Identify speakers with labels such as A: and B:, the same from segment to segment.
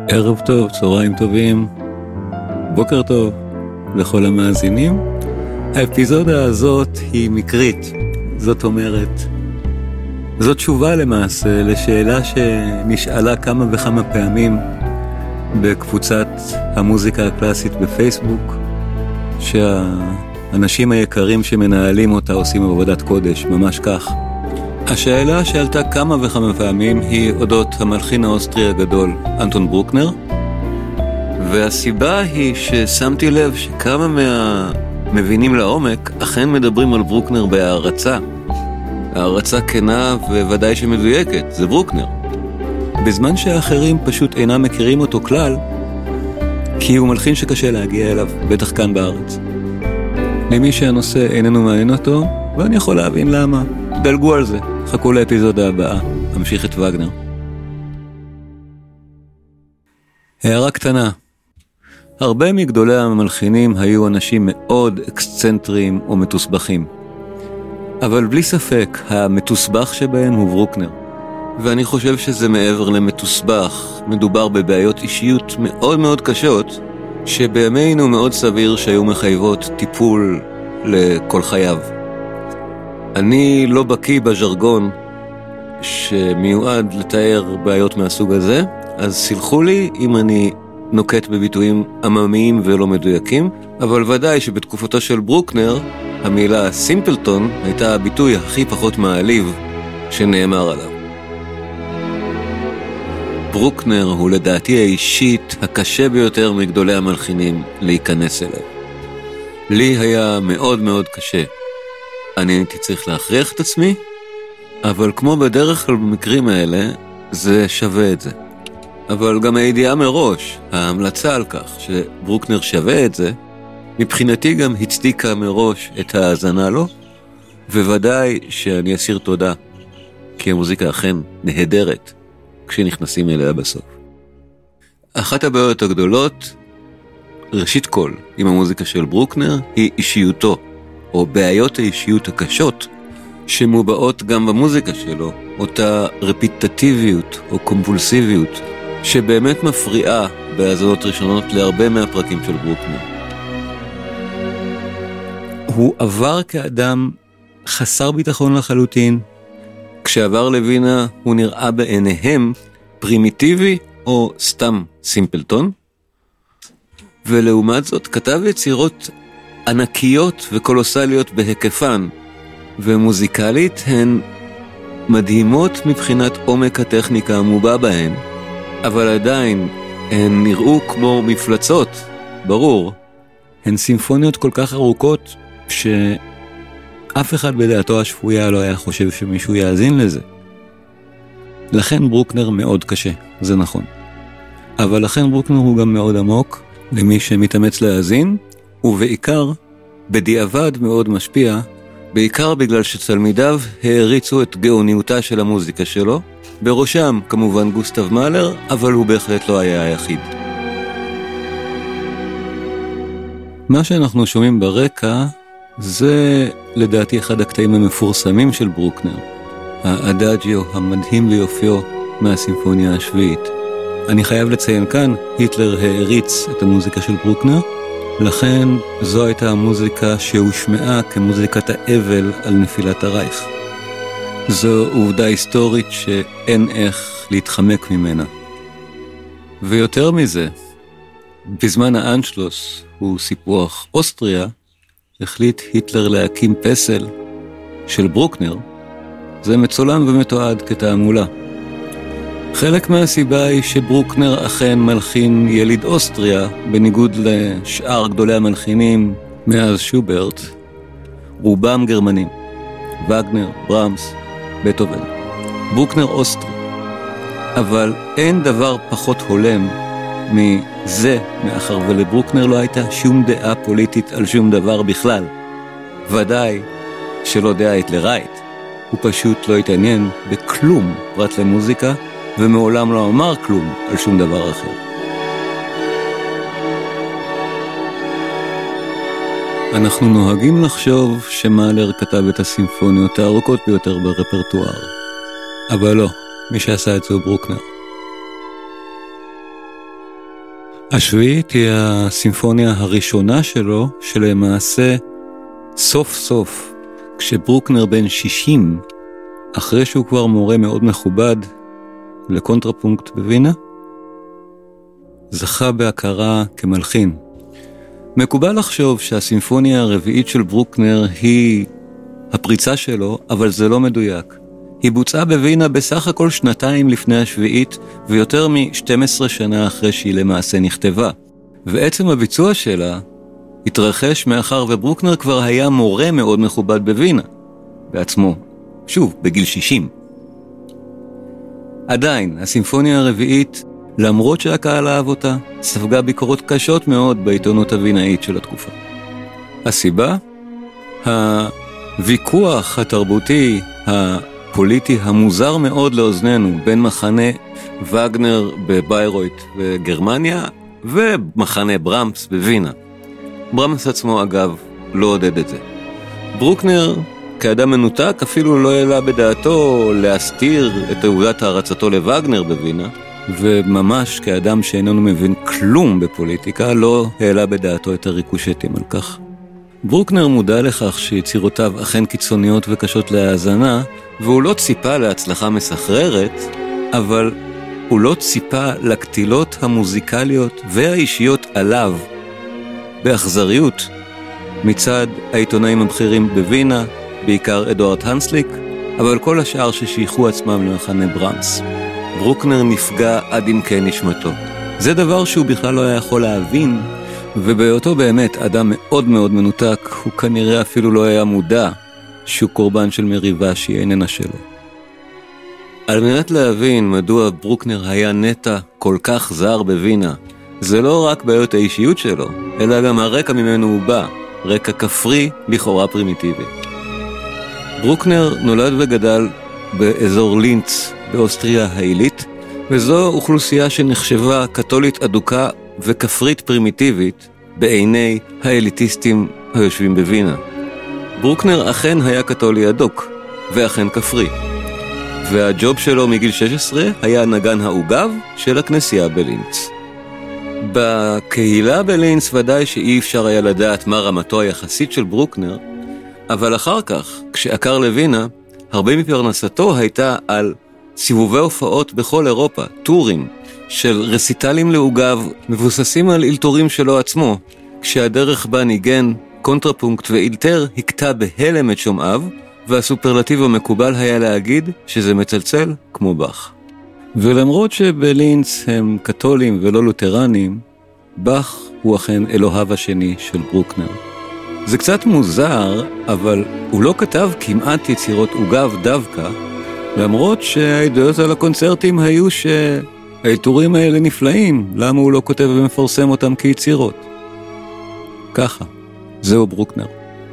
A: ערב טוב, צהריים טובים, בוקר טוב לכל המאזינים. האפיזודה הזאת היא מקרית, זאת אומרת, זאת תשובה למעשה לשאלה שנשאלה כמה וכמה פעמים בקבוצת המוזיקה הקלאסית בפייסבוק, שהאנשים היקרים שמנהלים אותה עושים עבודת קודש, ממש כך. השאלה שעלתה כמה וכמה פעמים היא אודות המלחין האוסטרי הגדול אנטון ברוקנר, והסיבה היא ששמתי לב שכמה מהמבינים לעומק אכן מדברים על ברוקנר בהערצה. הערצה כנה וודאי שמדויקת, זה ברוקנר. בזמן שהאחרים פשוט אינם מכירים אותו כלל, כי הוא מלחין שקשה להגיע אליו, בטח כאן בארץ. למי שהנושא איננו מעניין אותו, ואני יכול להבין למה, דלגו על זה, חכו לאפיזודה הבאה, אמשיך את וגנר. הערה קטנה, הרבה מגדולי המלחינים היו אנשים מאוד אקסצנטריים או מתוסבכים. אבל בלי ספק, המתוסבך שבהם הוא ברוקנר. ואני חושב שזה מעבר למתוסבך, מדובר בבעיות אישיות מאוד מאוד קשות, שבימינו מאוד סביר שהיו מחייבות טיפול לכל חייו. אני לא בקיא בז'רגון שמיועד לתאר בעיות מהסוג הזה, אז סלחו לי אם אני נוקט בביטויים עממיים ולא מדויקים, אבל ודאי שבתקופתו של ברוקנר, המילה סימפלטון הייתה הביטוי הכי פחות מעליב שנאמר עליו. ברוקנר הוא לדעתי האישית הקשה ביותר מגדולי המלחינים להיכנס אליו. לי היה מאוד מאוד קשה. אני הייתי צריך להכריח את עצמי, אבל כמו בדרך כלל במקרים האלה, זה שווה את זה. אבל גם הידיעה מראש, ההמלצה על כך שברוקנר שווה את זה, מבחינתי גם הצדיקה מראש את ההאזנה לו, וודאי שאני אסיר תודה, כי המוזיקה אכן נהדרת כשנכנסים אליה בסוף. אחת הבעיות הגדולות, ראשית כל, עם המוזיקה של ברוקנר, היא אישיותו, או בעיות האישיות הקשות, שמובעות גם במוזיקה שלו, אותה רפיטטיביות או קומפולסיביות, שבאמת מפריעה בהאזנות ראשונות להרבה מהפרקים של ברוקנר. הוא עבר כאדם חסר ביטחון לחלוטין, כשעבר לווינה הוא נראה בעיניהם פרימיטיבי או סתם סימפלטון, ולעומת זאת כתב יצירות ענקיות וקולוסליות בהיקפן, ומוזיקלית הן מדהימות מבחינת עומק הטכניקה המובע בהן, אבל עדיין הן נראו כמו מפלצות, ברור. הן סימפוניות כל כך ארוכות שאף אחד בדעתו השפויה לא היה חושב שמישהו יאזין לזה. לכן ברוקנר מאוד קשה, זה נכון. אבל לכן ברוקנר הוא גם מאוד עמוק למי שמתאמץ להאזין, ובעיקר בדיעבד מאוד משפיע, בעיקר בגלל שתלמידיו העריצו את גאוניותה של המוזיקה שלו, בראשם כמובן גוסטב מאלר, אבל הוא בהחלט לא היה היחיד. מה שאנחנו שומעים ברקע זה לדעתי אחד הקטעים המפורסמים של ברוקנר, האדאג'יו המדהים ויופיו מהסימפוניה השביעית. אני חייב לציין כאן, היטלר העריץ את המוזיקה של ברוקנר, לכן זו הייתה המוזיקה שהושמעה כמוזיקת האבל על נפילת הרייך. זו עובדה היסטורית שאין איך להתחמק ממנה. ויותר מזה, בזמן האנשלוס, הוא סיפוח אוסטריה, החליט היטלר להקים פסל של ברוקנר, זה מצולם ומתועד כתעמולה. חלק מהסיבה היא שברוקנר אכן מלחין יליד אוסטריה, בניגוד לשאר גדולי המלחינים מאז שוברט, רובם גרמנים, וגנר, ברמס, בטהובן. ברוקנר אוסטרי. אבל אין דבר פחות הולם מזה, מאחר ולברוקנר לא הייתה שום דעה פוליטית על שום דבר בכלל. ודאי שלא דעה היטלראית. הוא פשוט לא התעניין בכלום פרט למוזיקה, ומעולם לא אמר כלום על שום דבר אחר. אנחנו נוהגים לחשוב שמאלר כתב את הסימפוניות הארוכות ביותר ברפרטואר. אבל לא, מי שעשה את זה הוא ברוקנר. השביעית היא הסימפוניה הראשונה שלו, שלמעשה סוף סוף, כשברוקנר בן 60, אחרי שהוא כבר מורה מאוד מכובד לקונטרפונקט בווינה, זכה בהכרה כמלחין. מקובל לחשוב שהסימפוניה הרביעית של ברוקנר היא הפריצה שלו, אבל זה לא מדויק. היא בוצעה בווינה בסך הכל 2 לפני השביעית, ויותר מ-12 שנה אחרי שהיא למעשה נכתבה. ועצם הביצוע שלה התרחש מאחר וברוקנר כבר היה מורה מאוד מכובד בווינה, בעצמו, שוב, בגיל 60. עדיין, הסימפוניה הרביעית, למרות שהקהל אהב אותה, ספגה ביקורות קשות מאוד בעיתונות הווינאית של התקופה. הסיבה? הוויכוח התרבותי, הפוליטי המוזר מאוד לאוזנינו, בין מחנה וגנר בביירויט וגרמניה, ומחנה ברמס בווינה. ברמס עצמו אגב לא עודד את זה. ברוקנר כאדם מנותק אפילו לא העלה בדעתו להסתיר את תעודת הערצתו לווגנר בווינה, וממש כאדם שאיננו מבין כלום בפוליטיקה לא העלה בדעתו את הריקושטים על כך. ברוקנר מודע לכך שיצירותיו אכן קיצוניות וקשות להאזנה, והוא לא ציפה להצלחה מסחררת, אבל הוא לא ציפה לקטילות המוזיקליות והאישיות עליו באכזריות מצד העיתונאים הבכירים בווינה, בעיקר אדוארד הנסליק, אבל כל השאר ששייכו עצמם למחנה ברמס. ברוקנר נפגע עד עמקי נשמתו. זה דבר שהוא בכלל לא היה יכול להבין, ובהיותו באמת אדם מאוד מאוד מנותק, הוא כנראה אפילו לא היה מודע שהוא קורבן של מריבה שהיא איננה שלו. על מנת להבין מדוע ברוקנר היה נטע כל כך זר בווינה, זה לא רק בעיות האישיות שלו, אלא גם הרקע ממנו הוא בא, רקע כפרי לכאורה פרימיטיבי. ברוקנר נולד וגדל באזור לינץ באוסטריה העילית, וזו אוכלוסייה שנחשבה קתולית אדוקה וכפרית פרימיטיבית בעיני האליטיסטים היושבים בווינה. ברוקנר אכן היה קתולי אדוק, ואכן כפרי. והג'וב שלו מגיל 16 היה נגן העוגב של הכנסייה בלינץ. בקהילה בלינץ ודאי שאי אפשר היה לדעת מה רמתו היחסית של ברוקנר, אבל אחר כך, כשעקר לווינה, הרבה מפרנסתו הייתה על סיבובי הופעות בכל אירופה, טורים, של רסיטלים לעוגב מבוססים על אילתורים שלו עצמו, כשהדרך בה ניגן קונטרפונקט ואילתר הקטע בהלם את שומעיו, והסופרלטיב המקובל היה להגיד שזה מצלצל כמו באך. ולמרות שבלינץ הם קתולים ולא לותרנים, באך הוא אכן אלוהיו השני של ברוקנר. זה קצת מוזר, אבל הוא לא כתב כמעט יצירות עוגב דווקא, למרות שהעדויות על הקונצרטים היו שהאילתורים האלה נפלאים, למה הוא לא כותב ומפרסם אותם כיצירות? ככה, זהו ברוקנר.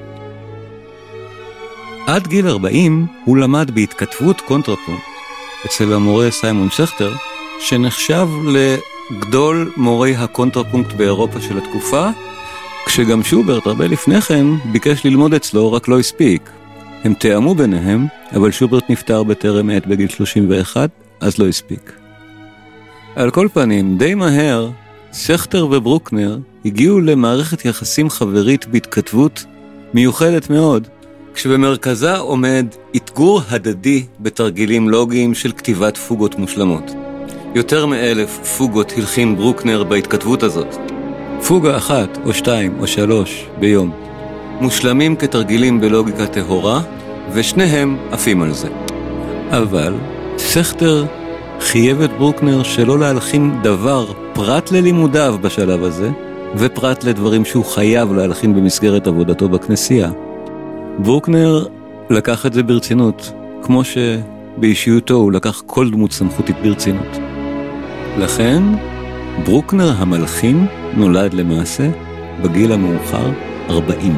A: עד גיל 40 הוא למד בהתכתבות קונטרפונקט אצל המורה סיימון שכטר, שנחשב לגדול מורי הקונטרפונקט באירופה של התקופה, כשגם שוברט הרבה לפני כן ביקש ללמוד אצלו, רק לא הספיק. הם תאמו ביניהם, אבל שוברט נפטר בטרם עת בגיל 31, אז לא הספיק. על כל פנים, די מהר, שכטר וברוקנר הגיעו למערכת יחסים חברית בהתכתבות מיוחדת מאוד, כשבמרכזה עומד אתגור הדדי בתרגילים לוגיים של כתיבת פוגות מושלמות. יותר מ1,000 פוגות הלחין ברוקנר בהתכתבות הזאת. פוגה 1 או 2 או 3 ביום. מושלמים כתרגילים בלוגיקה טהורה, ושניהם עפים על זה. אבל שכטר חייב את ברוקנר שלא להלחין דבר פרט ללימודיו בשלב הזה, ופרט לדברים שהוא חייב להלחין במסגרת עבודתו בכנסייה. ברוקנר לקח את זה ברצינות, כמו שבאישיותו הוא לקח כל דמות סמכותית ברצינות. לכן, ברוקנר המלחין נולד למעשה בגיל המאוחר 40.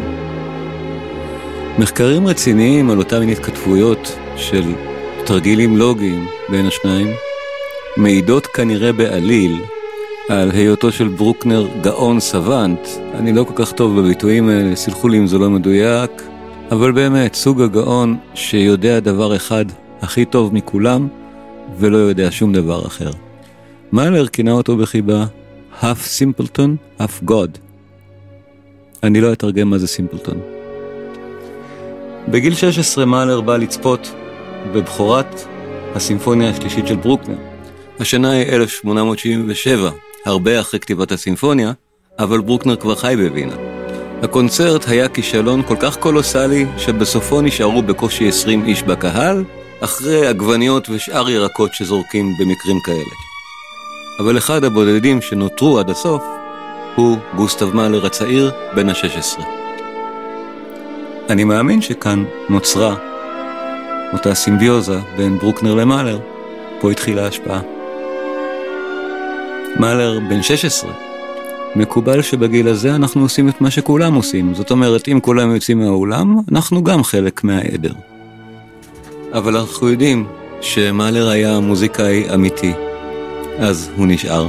A: מחקרים רציניים על אותם התכתבויות של תרגילים לוגיים בין השניים, מעידות כנראה בעליל על היותו של ברוקנר גאון סוונט. אני לא כל כך טוב בביטויים האלה, סלחו לי אם זה לא מדויק, אבל באמת סוג הגאון שיודע דבר אחד הכי טוב מכולם ולא יודע שום דבר אחר. מאלר כינה אותו בחיבה half simpleton, half God. אני לא אתרגם מה זה סימפלטון. בגיל 16 מאלר בא לצפות בבחורת הסימפוניה השלישית של ברוקנר. השנה היא 1877, הרבה אחרי כתיבת הסימפוניה, אבל ברוקנר כבר חי בווינה. הקונצרט היה כישלון כל כך קולוסלי, שבסופו נשארו בקושי 20 איש בקהל, אחרי עגבניות ושאר ירקות שזורקים במקרים כאלה. אבל אחד הבודדים שנותרו עד הסוף, הוא גוסטב מאלר הצעיר בן ה-16. אני מאמין שכאן נוצרה אותה סימביוזה בין ברוקנר למאלר, פה התחילה ההשפעה. מאלר בן 16, מקובל שבגיל הזה אנחנו עושים את מה שכולם עושים, זאת אומרת אם כולם יוצאים מהאולם, אנחנו גם חלק מהעדר. אבל אנחנו יודעים שמאלר היה מוזיקאי אמיתי, אז הוא נשאר.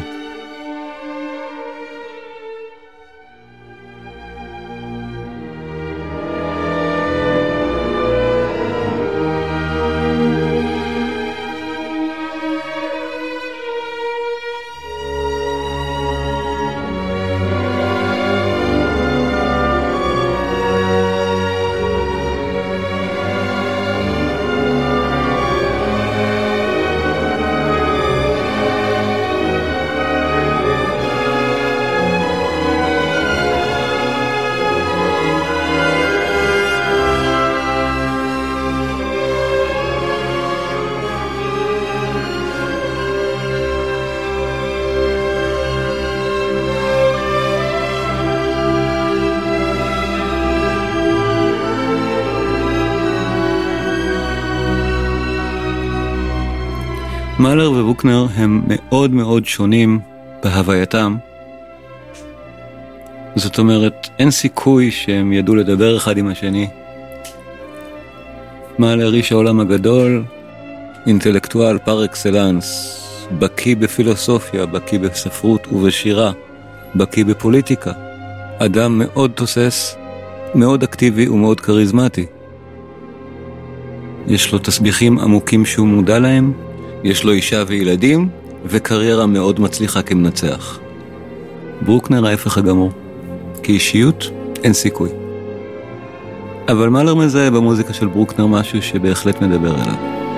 A: מאלר וברוקנר הם מאוד מאוד שונים בהווייתם. זאת אומרת, אין סיכוי שהם ידעו לדבר אחד עם השני. מאלר איש העולם הגדול, אינטלקטואל פר אקסלנס, בקי בפילוסופיה, בקי בספרות ובשירה, בקי בפוליטיקה. אדם מאוד תוסס, מאוד אקטיבי ומאוד קריזמטי. יש לו תסביכים עמוקים שהוא מודע להם, יש לו אישה וילדים, וקריירה מאוד מצליחה כמנצח. ברוקנר ההפך הגמור. כאישיות אין סיכוי. אבל מאלר מזהה במוזיקה של ברוקנר משהו שבהחלט מדבר אליו.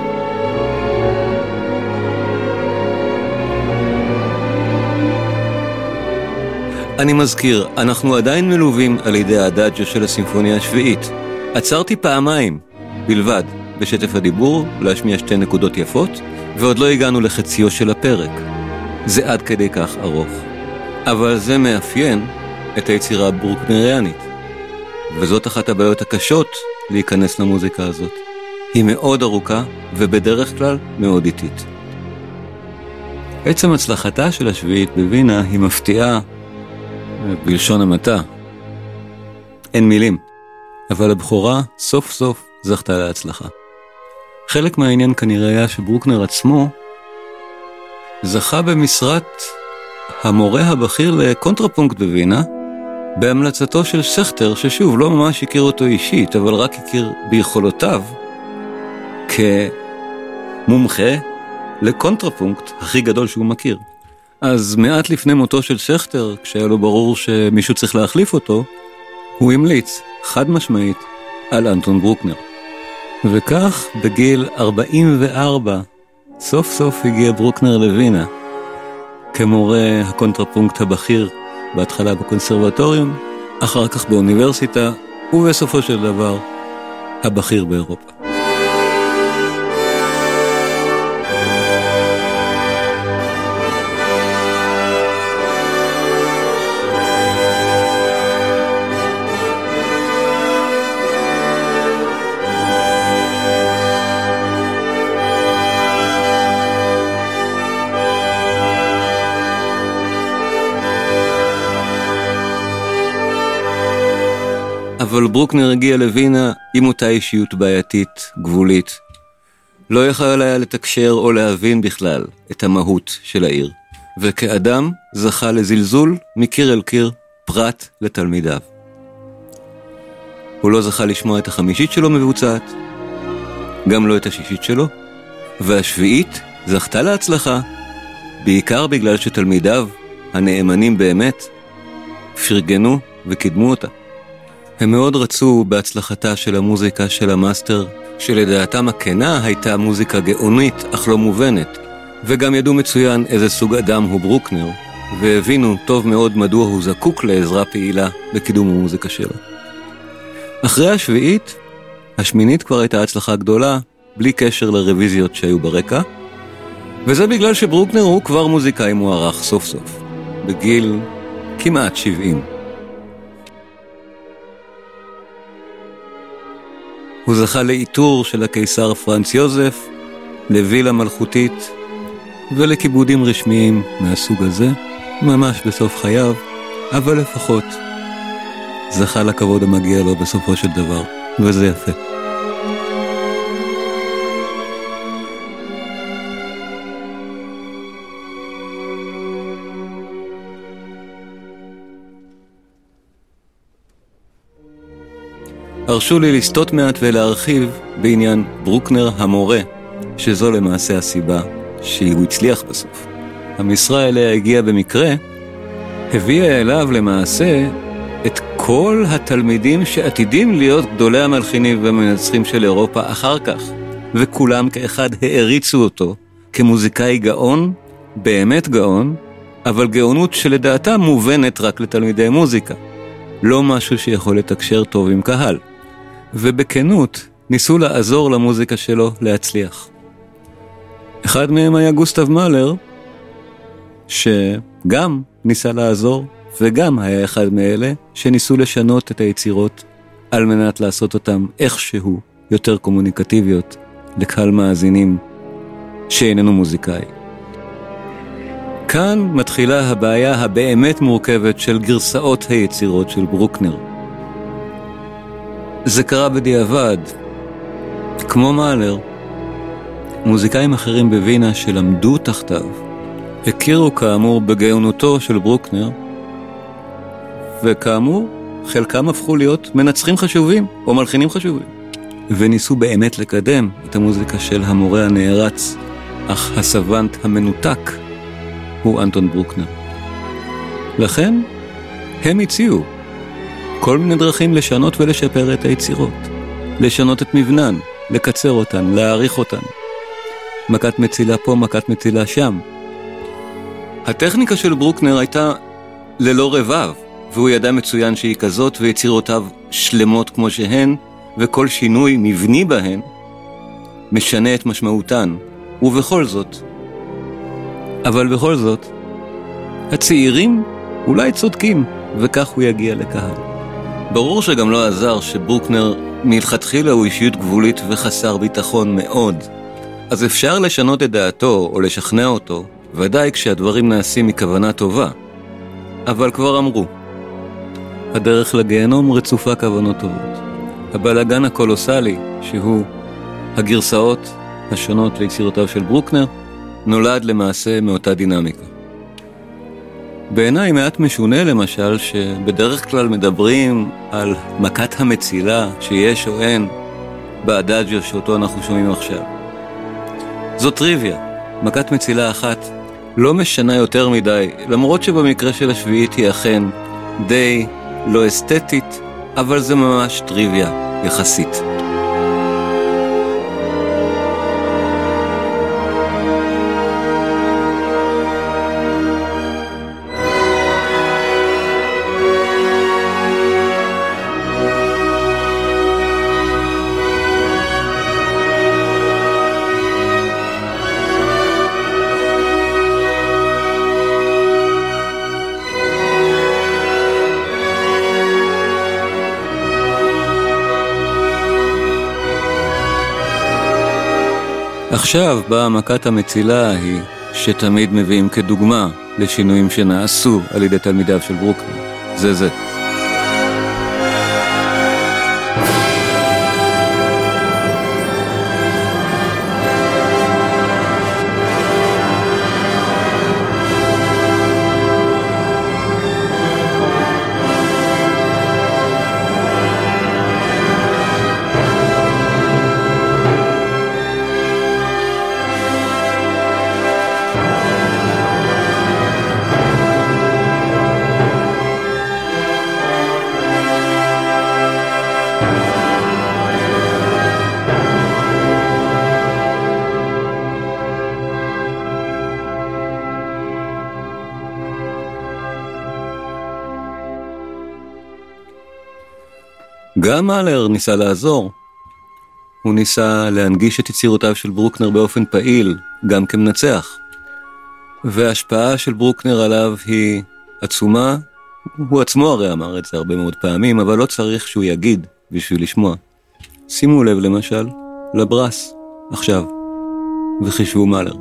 A: אני מזכיר, אנחנו עדיין מלווים על ידי האדאג'ו של הסימפוניה השביעית. עצרתי פעמיים בלבד בשטף הדיבור להשמיע 2 נקודות יפות, ועוד לא הגענו לחציו של הפרק. זה עד כדי כך ארוך. אבל זה מאפיין את היצירה הברוקנריאנית. וזאת אחת הבעיות הקשות להיכנס למוזיקה הזאת. היא מאוד ארוכה ובדרך כלל מאוד איטית. עצם הצלחתה של השביעית בווינה היא מפתיעה בלשון המעטה. אין מילים. אבל הבכורה סוף סוף זכתה להצלחה. חלק מהעניין כנראה היה שברוקנר עצמו זכה במשרת המורה הבכיר לקונטרפונקט בווינה, בהמלצתו של שכטר, ששוב לא ממש הכיר אותו אישית, אבל רק הכיר ביכולותיו כמומחה לקונטרפונקט הכי גדול שהוא מכיר. אז מעט לפני מותו של שכטר, כשהיה לו ברור שמישהו צריך להחליף אותו, הוא המליץ חד משמעית על אנטון ברוקנר. וכך בגיל 44 סוף סוף הגיע ברוקנר לווינה כמורה הקונטרפונקט הבכיר, בהתחלה בקונסרבטוריום, אחר כך באוניברסיטה, ובסופו של דבר הבכיר באירופה. אבל ברוקנר הגיע לווינה עם אותה אישיות בעייתית, גבולית. לא יכול היה לתקשר או להבין בכלל את המהות של העיר. וכאדם זכה לזלזול מקיר אל קיר, פרט לתלמידיו. הוא לא זכה לשמוע את החמישית שלו מבוצעת, גם לא את השישית שלו, והשביעית זכתה להצלחה, בעיקר בגלל שתלמידיו הנאמנים באמת, פרגנו וקידמו אותה. הם מאוד רצו בהצלחתה של המוזיקה של המאסטר, שלדעתם הכנה הייתה מוזיקה גאונית אך לא מובנת, וגם ידעו מצוין איזה סוג אדם הוא ברוקנר, והבינו טוב מאוד מדוע הוא זקוק לעזרה פעילה בקידום המוזיקה שלו. אחרי השביעית, השמינית כבר הייתה הצלחה גדולה, בלי קשר לרוויזיות שהיו ברקע, וזה בגלל שברוקנר הוא כבר מוזיקאי מוערך סוף סוף, בגיל כמעט 70. הוא זכה לאיתור של הקיסר פרנץ יוזף, לווילה מלכותית ולכיבודים רשמיים מהסוג הזה, ממש בסוף חייו, אבל לפחות זכה לכבוד המגיע לו בסופו של דבר, וזה יפה. הרשו לי לסטות מעט ולהרחיב בעניין ברוקנר המורה, שזו למעשה הסיבה שהוא הצליח בסוף. המשרה אליה הגיעה במקרה, הביאה אליו למעשה את כל התלמידים שעתידים להיות גדולי המלחינים והמנצחים של אירופה אחר כך, וכולם כאחד העריצו אותו כמוזיקאי גאון, באמת גאון, אבל גאונות שלדעתה מובנת רק לתלמידי מוזיקה, לא משהו שיכול לתקשר טוב עם קהל. ובכנות ניסו לעזור למוזיקה שלו להצליח. אחד מהם היה גוסטב מאלר, שגם ניסה לעזור, וגם היה אחד מאלה שניסו לשנות את היצירות על מנת לעשות אותם איכשהו יותר קומוניקטיביות לקהל מאזינים שאיננו מוזיקאי. כאן מתחילה הבעיה הבאמת מורכבת של גרסאות היצירות של ברוקנר. זה קרה בדיעבד. כמו מאלר, מוזיקאים אחרים בווינה שלמדו תחתיו, הכירו כאמור בגאונותו של ברוקנר, וכאמור, חלקם הפכו להיות מנצחים חשובים או מלחינים חשובים, וניסו באמת לקדם את המוזיקה של המורה הנערץ, אך הסוונט המנותק הוא אנטון ברוקנר. לכן, הם הציעו כל מיני דרכים לשנות ולשפר את היצירות, לשנות את מבנן, לקצר אותן, להאריך אותן. מכת מצילה פה, מכת מצילה שם. הטכניקה של ברוקנר הייתה ללא רבב, והוא ידע מצוין שהיא כזאת, ויצירותיו שלמות כמו שהן, וכל שינוי מבני בהן משנה את משמעותן. ובכל זאת, הצעירים אולי צודקים, וכך הוא יגיע לקהל. ברור שגם לא עזר שברוקנר מלכתחילה הוא אישיות גבולית וחסר ביטחון מאוד. אז אפשר לשנות את דעתו או לשכנע אותו, ודאי כשהדברים נעשים מכוונה טובה. אבל כבר אמרו, הדרך לגיהנום רצופה כוונות טובות. הבלגן הקולוסלי, שהוא הגרסאות השונות ליצירותיו של ברוקנר, נולד למעשה מאותה דינמיקה. בעיניי מעט משונה למשל שבדרך כלל מדברים על מכת המצילה שיש או אין באדאג'יו שאותו אנחנו שומעים עכשיו. זו טריוויה, מכת מצילה אחת לא משנה יותר מדי, למרות שבמקרה של השביעית היא אכן די לא אסתטית, אבל זה ממש טריוויה יחסית. עכשיו באה מכת המצילה היא שתמיד מביאים כדוגמה לשינויים שנעשו על ידי תלמידיו של ברוקנר. זה. גם מאלר ניסה לעזור. הוא ניסה להנגיש את יצירותיו של ברוקנר באופן פעיל, גם כמנצח. וההשפעה של ברוקנר עליו היא עצומה. הוא עצמו הרי אמר את זה הרבה מאוד פעמים, אבל לא צריך שהוא יגיד בשביל לשמוע. שימו לב למשל לברס, עכשיו, וחישבו מאלר.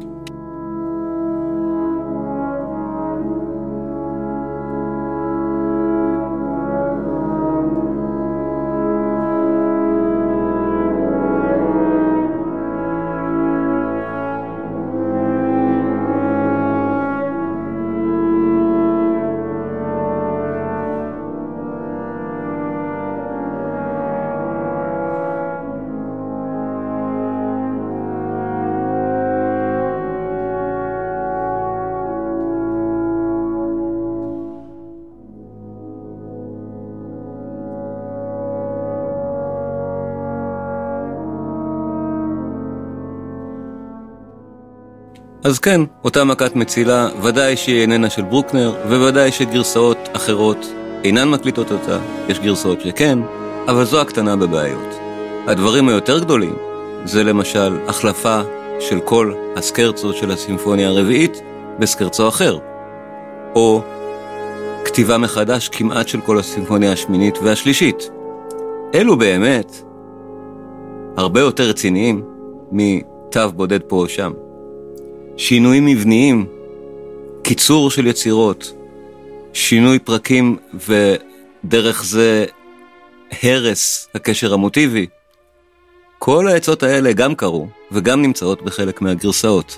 A: אז כן, אותה מכת מצילה, ודאי שהיא איננה של ברוקנר, וודאי שגרסאות אחרות אינן מקליטות אותה, יש גרסאות שכן, אבל זו הקטנה בבעיות. הדברים היותר גדולים, זה למשל החלפה של כל הסקרצו של הסימפוניה הרביעית בסקרצו אחר, או כתיבה מחדש כמעט של כל הסימפוניה השמינית והשלישית. אלו באמת הרבה יותר רציניים מתו בודד פה או שם. שינויים מבניים, קיצור של יצירות, שינוי פרקים ודרך זה הרס הקשר המוטיבי. כל העצות האלה גם קרו וגם נמצאות בחלק מהגרסאות.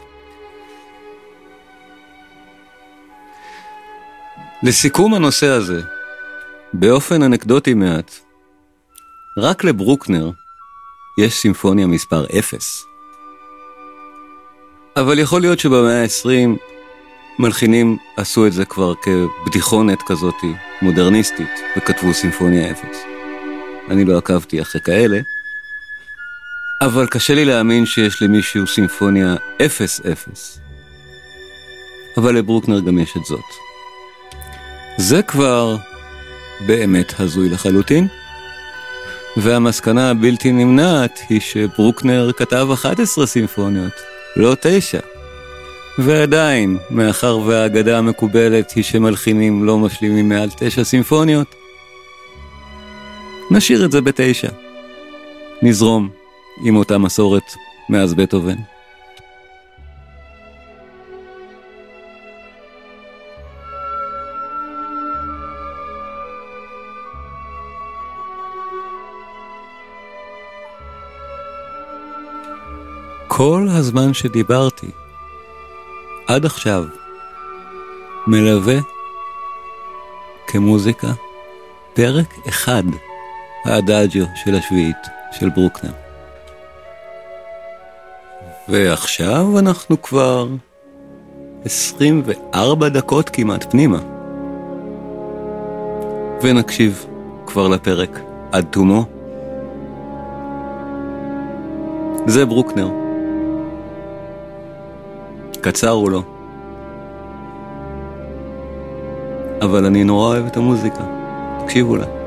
A: לסיכום הנושא הזה, באופן אנקדוטי מעט, רק לברוקנר יש סימפוניה מספר 0. אבל יכול להיות שבמאה ה-20 מלחינים עשו את זה כבר כבדיחונת כזאת מודרניסטית וכתבו סימפוניה 0. אני לא עקבתי אחרי כאלה, אבל קשה לי להאמין שיש למישהו סימפוניה 0-0. אבל לברוקנר גם יש את זאת. זה כבר באמת הזוי לחלוטין, והמסקנה הבלתי נמנעת היא שברוקנר כתב 11 סימפוניות, לא 9. ועדיין, מאחר והאגדה המקובלת היא שמלחינים לא משלימים מעל 9 סימפוניות, נשאיר את זה ב9. נזרום עם אותה מסורת מאז בטהובן. כל הזמן שדיברתי, עד עכשיו, מלווה כמוזיקה פרק אחד, האדאג'יו של השביעית של ברוקנר. ועכשיו אנחנו כבר 24 דקות כמעט פנימה. ונקשיב כבר לפרק עד תומו. זה ברוקנר. קצר הוא לא. אבל אני נורא אוהב את המוזיקה. תקשיבו לה.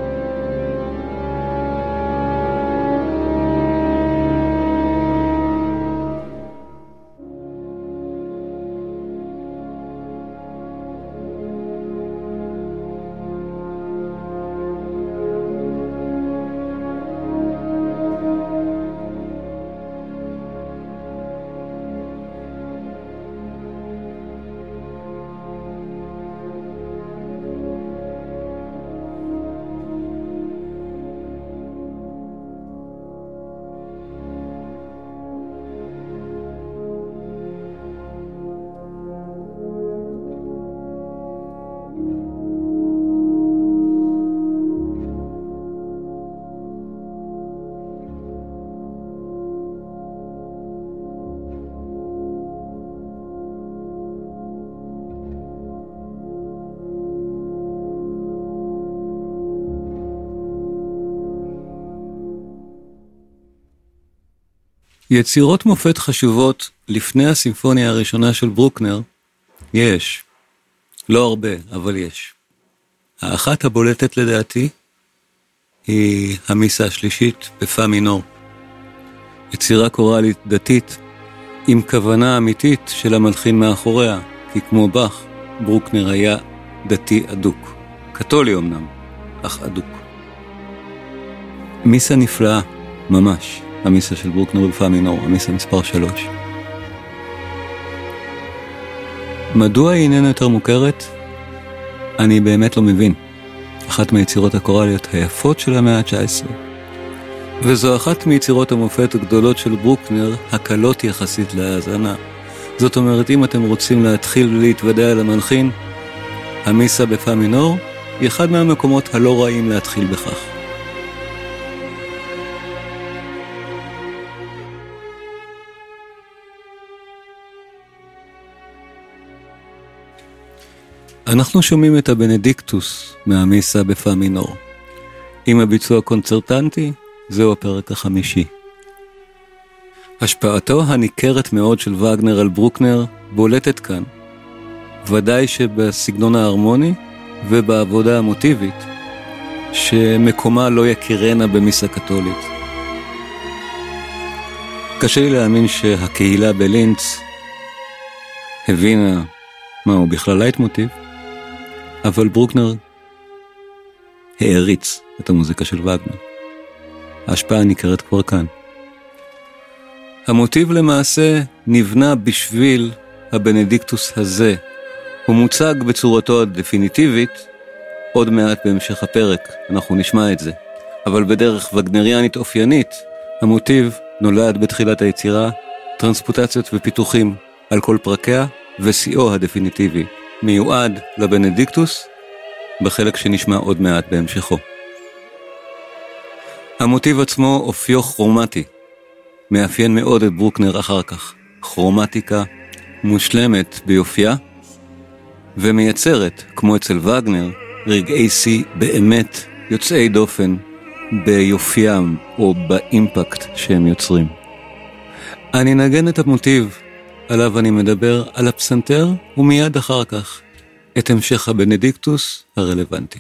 A: יצירות מופת חשובות לפני הסימפוניה הראשונה של ברוקנר יש. לא הרבה, אבל יש. האחת הבולטת לדעתי היא המיסה השלישית בפא מינור. יצירה קוראלית דתית עם כוונה אמיתית של המלחין מאחוריה, כי כמו באך, ברוקנר היה דתי אדוק. קתולי אמנם, אך אדוק. מיסה נפלאה, ממש, המיסה של ברוקנר בפא מינור, המיסה מספר 3. מדוע היא איננה יותר מוכרת? אני באמת לא מבין. אחת מהיצירות הקוראליות היפות של המאה ה-19. וזו אחת מיצירות המופת הגדולות של ברוקנר, הקלות יחסית להאזנה. זאת אומרת, אם אתם רוצים להתחיל להתוודע על המלחין, המיסה בפא מינור היא אחד מהמקומות הלא רעים להתחיל בכך. אנחנו שומעים את הבנדיקטוס מהמיסה בפא מינור. עם הביצוע קונצרטנטי, זהו הפרק החמישי. השפעתו הניכרת מאוד של וגנר על ברוקנר בולטת כאן. ודאי שבסגנון ההרמוני ובעבודה המוטיבית, שמקומה לא יכירנה במיסה קתולית. קשה לי להאמין שהקהילה בלינץ הבינה מהו בכלל לייט מוטיב, אבל ברוקנר העריץ את המוזיקה של וגנר. ההשפעה ניכרת כבר כאן. המוטיב למעשה נבנה בשביל הבנדיקטוס הזה. הוא מוצג בצורתו הדפיניטיבית, עוד מעט בהמשך הפרק, אנחנו נשמע את זה. אבל בדרך וגנריאנית אופיינית, המוטיב נולד בתחילת היצירה, טרנספוטציות ופיתוחים על כל פרקיה, ושיאו הדפיניטיבי מיועד לבנדיקטוס, בחלק שנשמע עוד מעט בהמשכו. המוטיב עצמו אופיו כרומטי, מאפיין מאוד את ברוקנר אחר כך. כרומטיקה מושלמת ביופייה, ומייצרת, כמו אצל וגנר, רגעי שיא באמת יוצאי דופן ביופיים או באימפקט שהם יוצרים. אני נגן את המוטיב עליו אני מדבר על הפסנתר, ומיד אחר כך את המשך הבנדיקטוס הרלוונטי.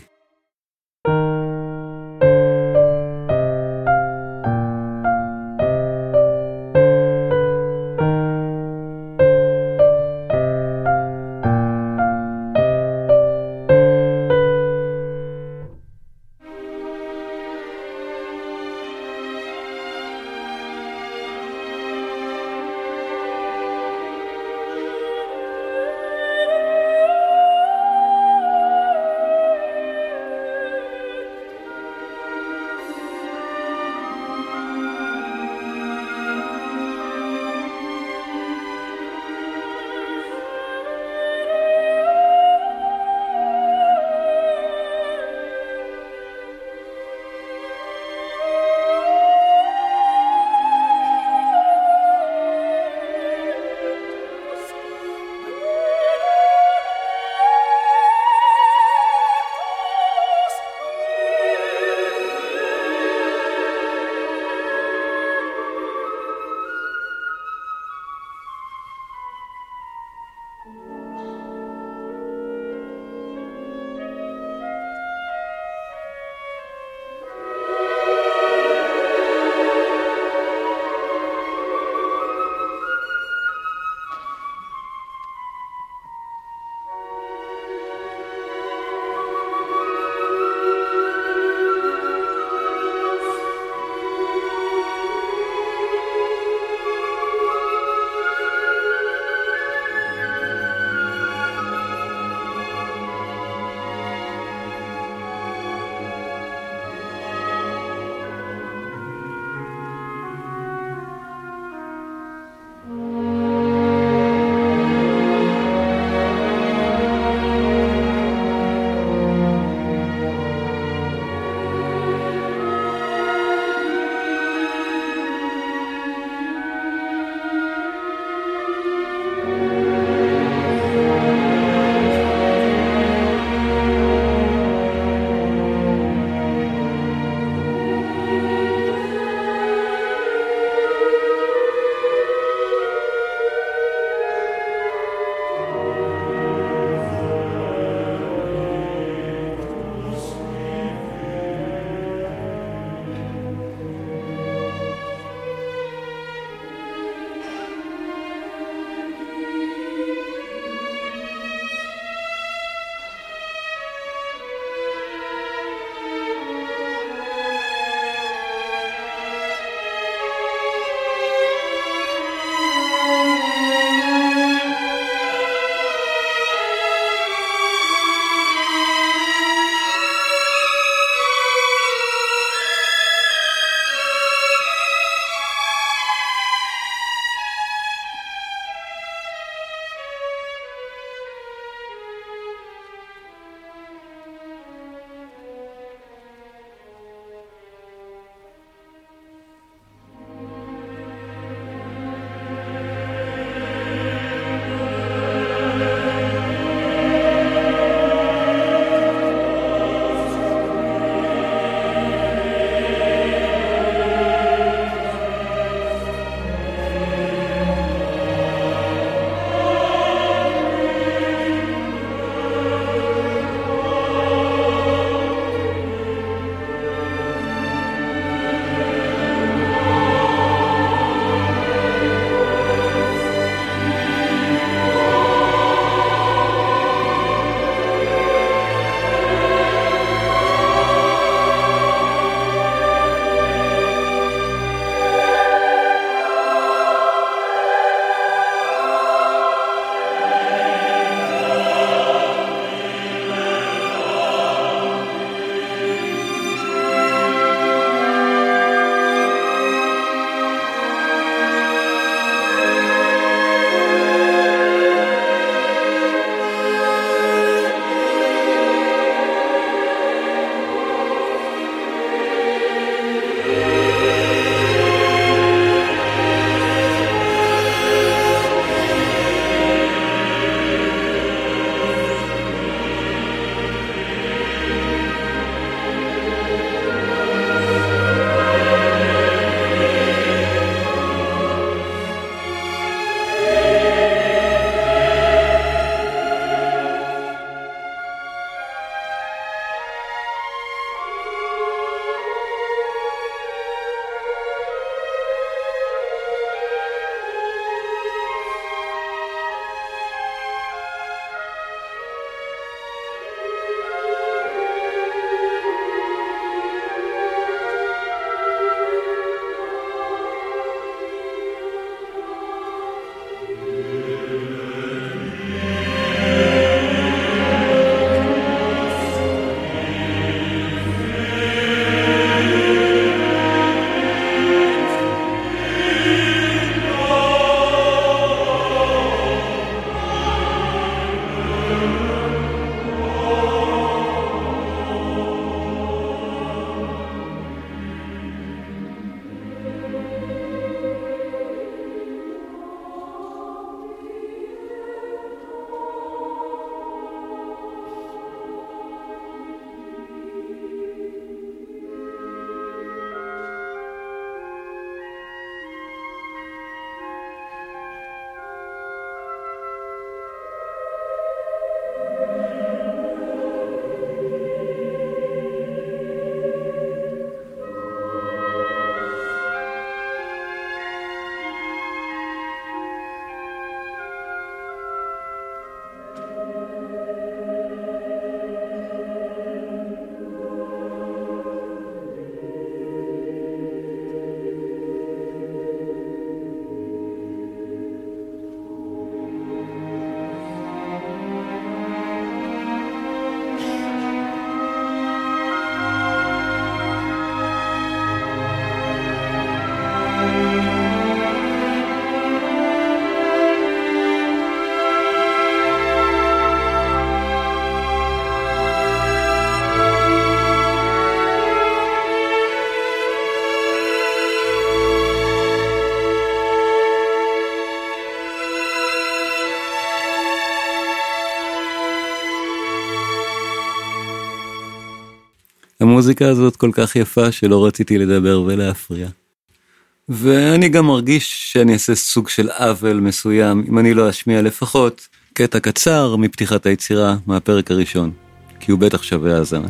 A: המוזיקה הזאת כל כך יפה שלא רציתי לדבר ולהפריע. ואני גם מרגיש שאני אעשה סוג של עוול מסוים, אם אני לא אשמיע לפחות קטע קצר מפתיחת היצירה מהפרק הראשון, כי הוא בטח שווה האזנה.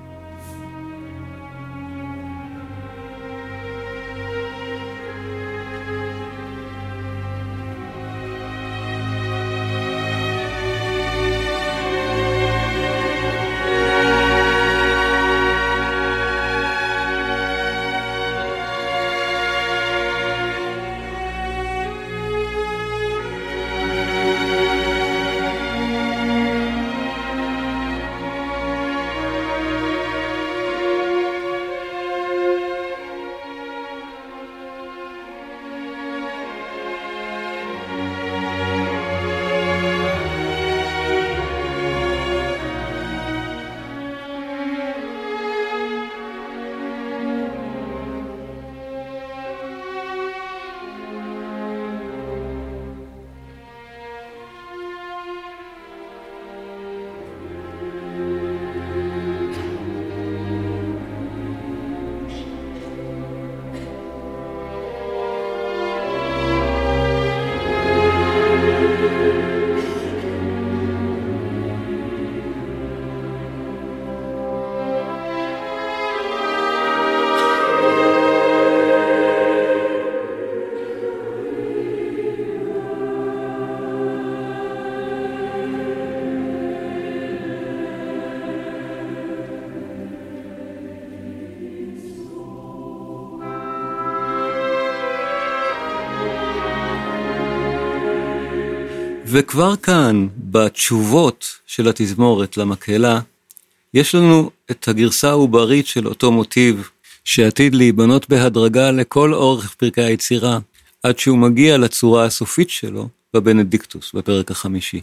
A: וכבר כאן, בתשובות של התזמורת למקהלה, יש לנו את הגרסה העוברית של אותו מוטיב, שעתיד להיבנות בהדרגה לכל אורך פרקי היצירה, עד שהוא מגיע לצורה הסופית שלו בבנדיקטוס, בפרק החמישי.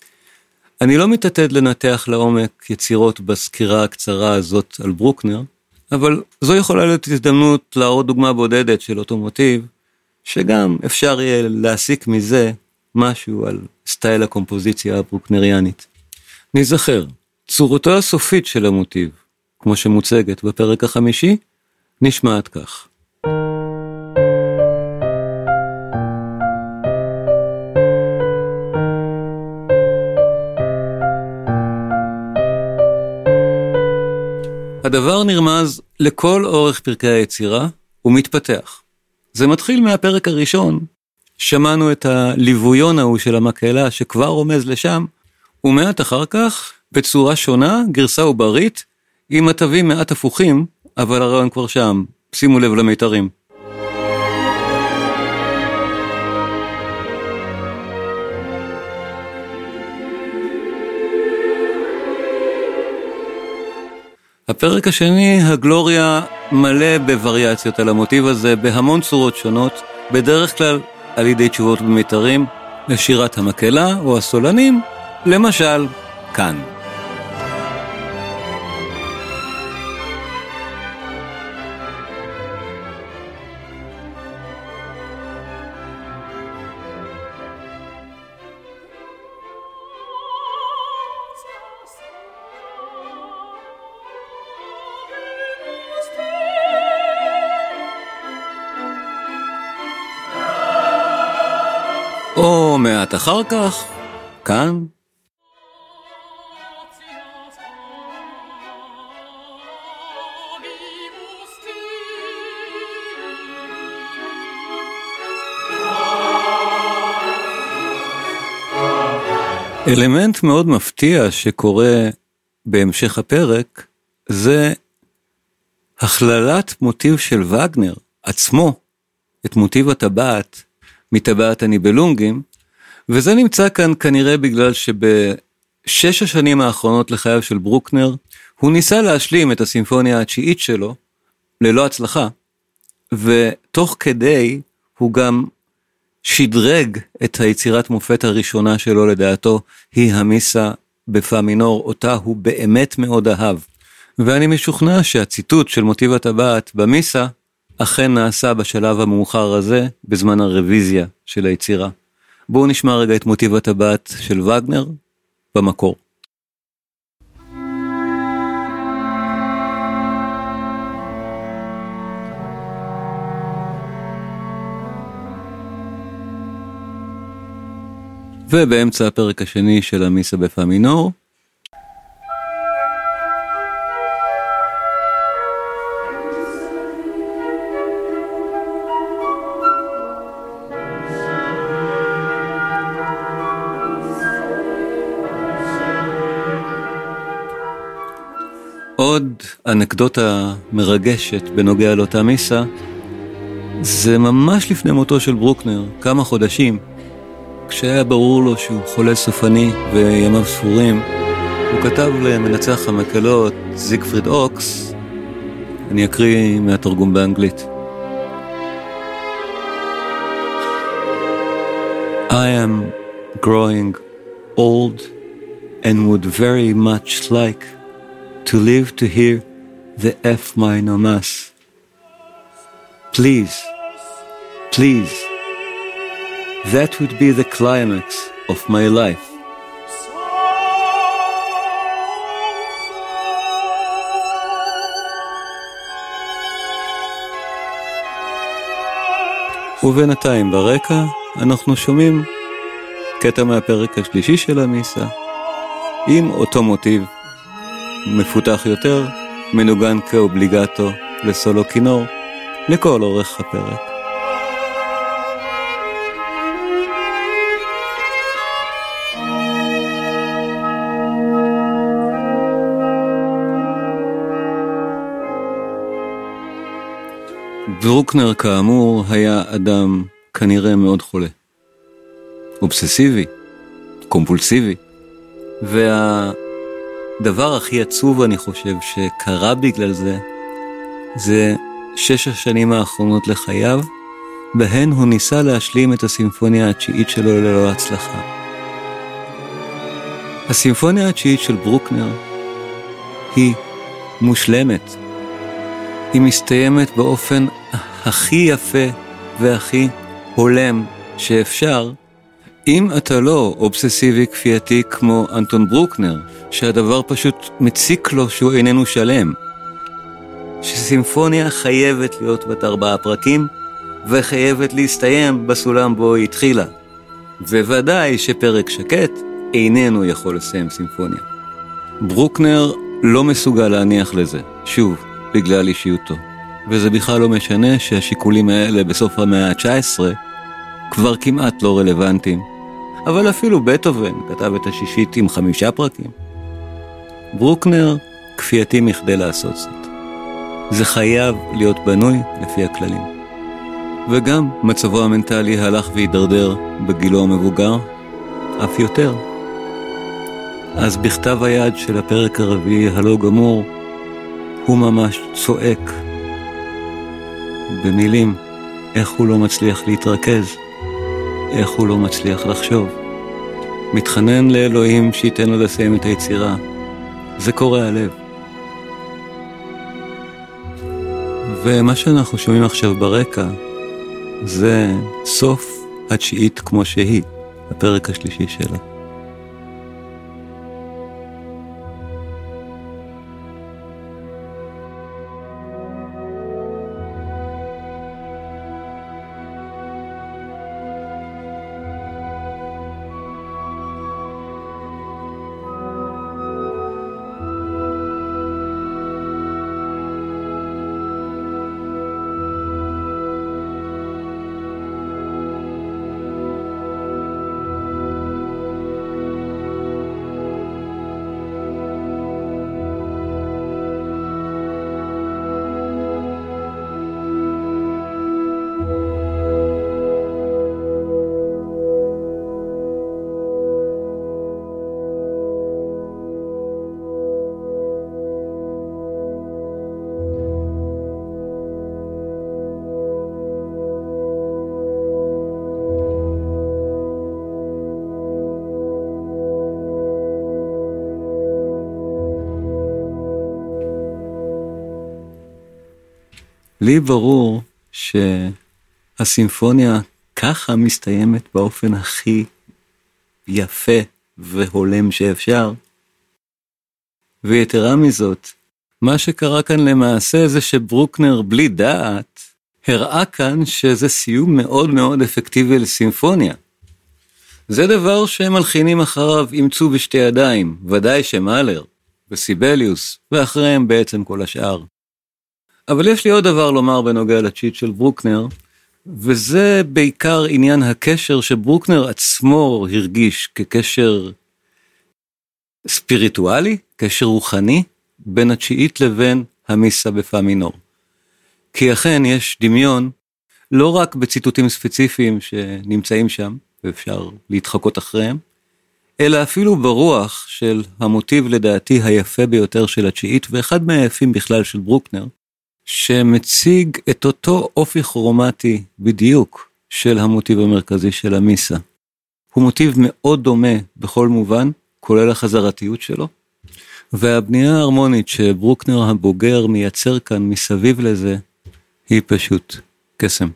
A: אני לא מתעתד לנתח לעומק יצירות בסקירה הקצרה הזאת על ברוקנר, אבל זו יכולה להיות הזדמנות להראות דוגמה בודדת של אותו מוטיב, שגם אפשר יהיה להסיק מזה משהו על סטייל הקומפוזיציה הברוקנריאנית. נזכר, צורתו הסופית של המוטיב, כמו שמוצגת בפרק החמישי, נשמעת כך. הדבר נרמז לכל אורך פרקי היצירה ומתפתח. זה מתחיל מהפרק הראשון, שמענו את הליוויון ההוא של המקהלה שכבר רומז לשם, ומעט אחר כך, בצורה שונה, גרסה עוברית, עם מטבים מעט הפוכים, אבל הרעיון כבר שם. שימו לב למיתרים. הפרק השני, הגלוריה, מלא בווריאציות על המוטיב הזה, בהמון צורות שונות, בדרך כלל על ידי תשובות במיתרים, לשירת המקהלה או הסולנים, למשל, כאן. או מעט אחר כך, כאן. אלמנט מאוד מפתיע שקורה בהמשך הפרק, זה הכללת מוטיב של וגנר עצמו, את מוטיב הטבעת, מטבעת הניבלונגים, וזה נמצא כאן כנראה בגלל שבשש השנים האחרונות לחייו של ברוקנר, הוא ניסה להשלים את הסימפוניה התשיעית שלו, ללא הצלחה, ותוך כדי הוא גם שדרג את היצירת מופת הראשונה שלו לדעתו, היא המיסה בפא מינור, אותה הוא באמת מאוד אהב. ואני משוכנע שהציטוט של מוטיב הטבעת במיסה, אכן נעשה בשלב המאוחר הזה, בזמן הרוויזיה של היצירה. בואו נשמע רגע את מוטיב הטבעת של וגנר במקור. ובאמצע הפרק השני של המיסה בפא מינור, עוד אנקדוטה מרגשת בנוגע לאותה מיסה, זה ממש לפני מותו של ברוקנר, כמה חודשים, כשהיה ברור לו שהוא חולה סופני וימיו ספורים, הוא כתב למנצח המקהלות זיגפריד אוקס, אני אקריא מהתרגום באנגלית. I am growing old and would very much like to live to hear the F minor mass. Please, please, that would be the climax of my life. ובינתיים ברקע אנחנו שומעים קטע מהפרק השלישי של המיסה, עם אותו מוטיב מפותח יותר, מנוגן כאובליגטו לסולו כינור, לכל אורך הפרק. ברוקנר כאמור היה אדם כנראה מאוד חולה. אובססיבי, קומפולסיבי, והדבר הכי עצוב אני חושב שקרה בגלל זה 6 השנים האחרונות לחייו, בהן הוא ניסה להשלים את הסימפוניה התשיעית שלו ללא הצלחה. הסימפוניה התשיעית של ברוקנר היא מושלמת. היא מסתיימת באופן הכי יפה והכי הולם שאפשר, אם אתה לא אובססיבי כפייתי כמו אנטון ברוקנר, שהדבר פשוט מציק לו שהוא איננו שלם. שסימפוניה חייבת להיות בת 4 פרקים, וחייבת להסתיים בסולם בו היא התחילה. וודאי שפרק שקט איננו יכול לסיים סימפוניה. ברוקנר לא מסוגל להניח לזה, שוב, בגלל אישיותו. וזה בכלל לא משנה שהשיקולים האלה בסוף המאה ה-19 כבר כמעט לא רלוונטיים. אבל אפילו בטהובן כתב את השישית עם 5 פרקים. ברוקנר כפייתי מכדי לעשות זאת. זה חייב להיות בנוי לפי הכללים. וגם מצבו המנטלי הלך והידרדר בגילו המבוגר, אף יותר. אז בכתב היד של הפרק הרביעי הלא גמור, הוא ממש צועק במילים איך הוא לא מצליח להתרכז, איך הוא לא מצליח לחשוב. מתחנן לאלוהים שייתן לו לסיים את היצירה. זה קורע הלב. ומה שאנחנו שומעים עכשיו ברקע זה סוף התשיעית כמו שהיא, הפרק השלישי שלה. לי ברור שהסימפוניה ככה מסתיימת באופן הכי יפה והולם שאפשר. ויתרה מזאת, מה שקרה כאן למעשה זה שברוקנר בלי דעת הראה כאן שזה סיום מאוד מאוד אפקטיבי לסימפוניה. זה דבר שמלחינים אחריו אימצו בשתי ידיים, ודאי שמאלר וסיבליוס, ואחריהם בעצם כל השאר. אבל יש לי עוד דבר לומר בנוגע לצ'יט של ברוקנר, וזה בעיקר עניין הקשר שברוקנר עצמו הרגיש כקשר ספיריטואלי, קשר רוחני, בין התשיעית לבין המיסה בפא מינור. כי אכן יש דמיון, לא רק בציטוטים ספציפיים שנמצאים שם, ואפשר להתחקות אחריהם, אלא אפילו ברוח של המוטיב לדעתי היפה ביותר של התשיעית, ואחד מהיפים בכלל של ברוקנר, שמציג את אותו אופי כרומטי בדיוק של המוטיב המרכזי של המיסה. הוא מוטיב מאוד דומה בכל מובן, כולל החזרתיות שלו, והבנייה ההרמונית שברוקנר הבוגר מייצר כאן מסביב לזה, היא פשוט קסם.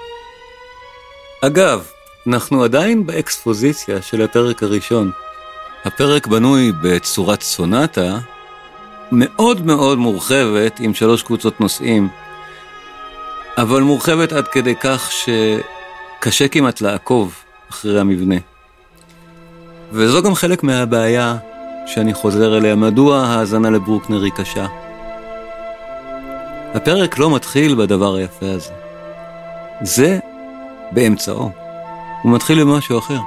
A: אגב, אנחנו עדיין באקספוזיציה של הפרק הראשון, הפרק בנוי בצורת סונטה מאוד מאוד מורחבת עם 3 קבוצות נושאים, אבל מורחבת עד כדי כך שקשה כמעט לעקוב אחרי המבנה. וזו גם חלק מהבעיה שאני חוזר אליה, מדוע ההאזנה לברוקנר היא קשה. הפרק לא מתחיל בדבר היפה הזה. זה באמצעו. הוא מתחיל במשהו אחר.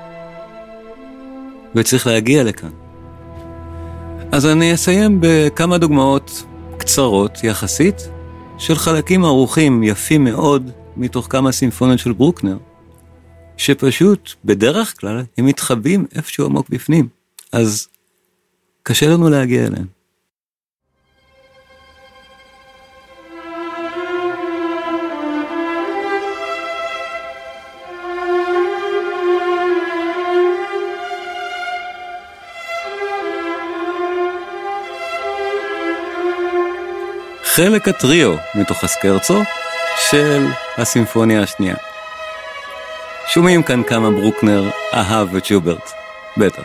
A: וצריך להגיע לכאן. אז אני אסיים בכמה דוגמאות קצרות יחסית, של חלקים ערוכים יפים מאוד מתוך כמה סימפוניות של ברוקנר, שפשוט בדרך כלל הם מתחבאים איפשהו עמוק בפנים. אז קשה לנו להגיע אליהם. חלק הטריו מתוך הסקרצו של הסימפוניה השנייה. שומעים כאן כמה ברוקנר אהב את שוברט, בטח.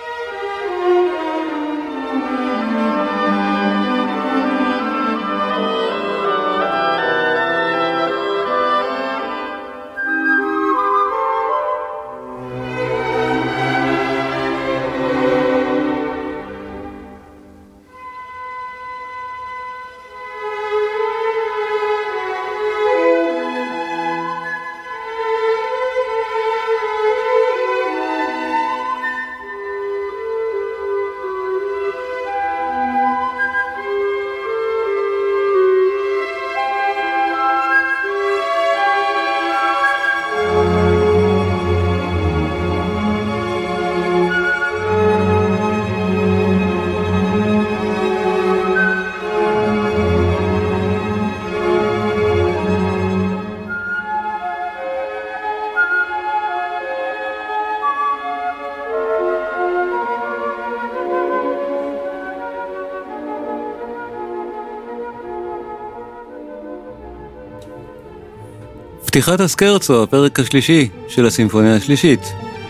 A: פתיחת הסקרצו, הפרק השלישי של הסימפוניה השלישית.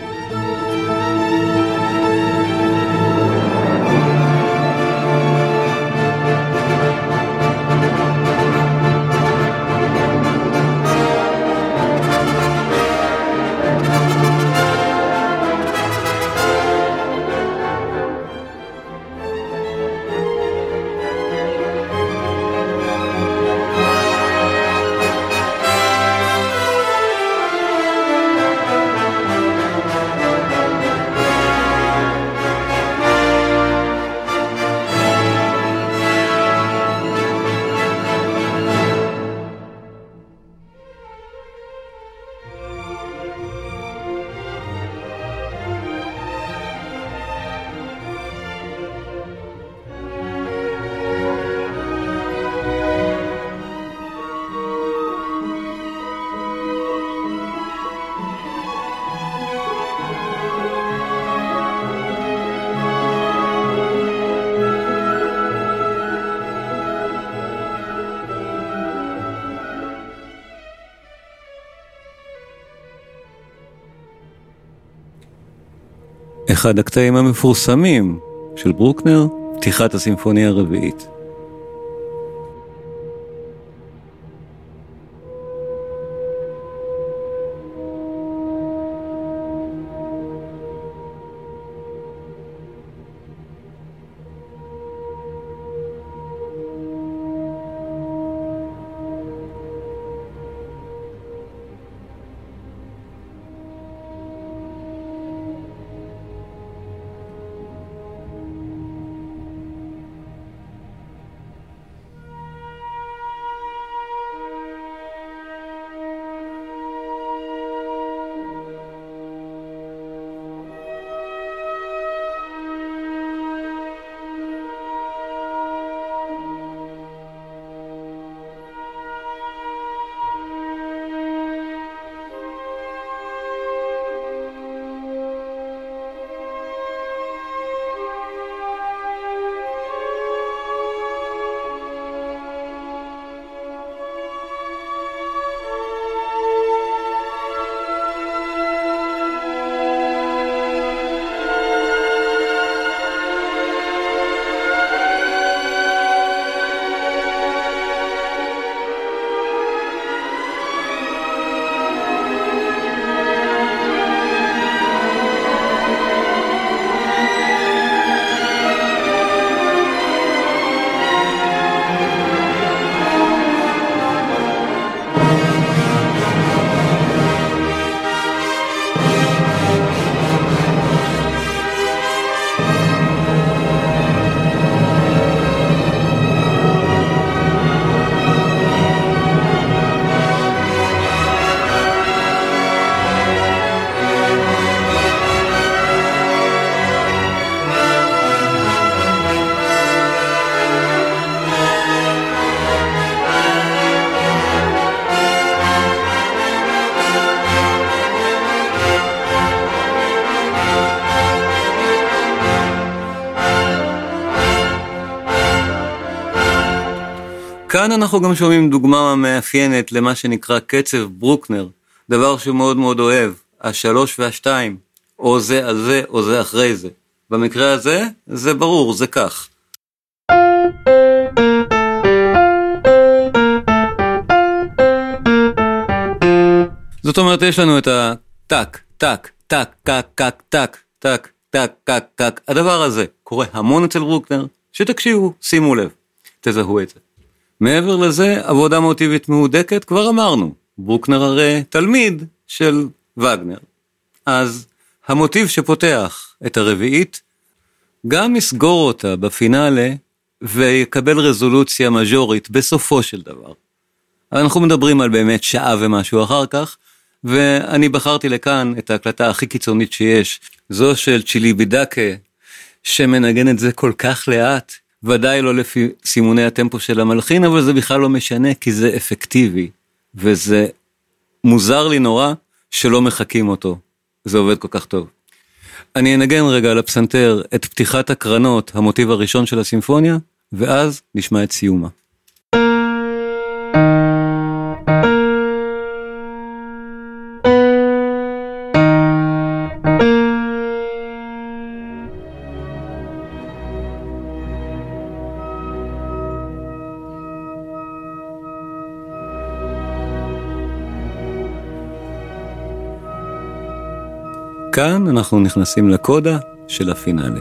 A: אחד הקטעים המפורסמים של ברוקנר, פתיחת הסימפוניה הרביעית. כאן אנחנו גם שומעים דוגמה מאפיינת למה שנקרא קצב ברוקנר, דבר שהוא מאוד מאוד אוהב, השלוש והשתיים, או זה על זה או זה אחרי זה. במקרה הזה זה ברור, זה כך. זאת אומרת, יש לנו את הטק, טק, טק, טק, טק, טק, טק, טק, טק, טק. הדבר הזה קורה המון אצל ברוקנר, שתקשיבו, שימו לב, תזהו את זה. מעבר לזה, עבודה מוטיבית מהודקת, כבר אמרנו, ברוקנר הרי תלמיד של וגנר. אז המוטיב שפותח את הרביעית, גם יסגור אותה בפינאלה, ויקבל רזולוציה מז'ורית בסופו של דבר. אנחנו מדברים על באמת שעה ומשהו אחר כך, ואני בחרתי לכאן את ההקלטה הכי קיצונית שיש, זו של צ'יליבידקה, שמנגן את זה כל כך לאט, ודאי לא לפי סימוני הטמפו של המלחין, אבל זה בכלל לא משנה, כי זה אפקטיבי, וזה מוזר לי נורא שלא מחכים אותו, זה עובד כל כך טוב. אני אנגן רגע על הפסנתר את פתיחת הקרנות, המוטיב הראשון של הסימפוניה, ואז נשמע את סיומה. כאן אנחנו נכנסים לקודה של הפינאלה.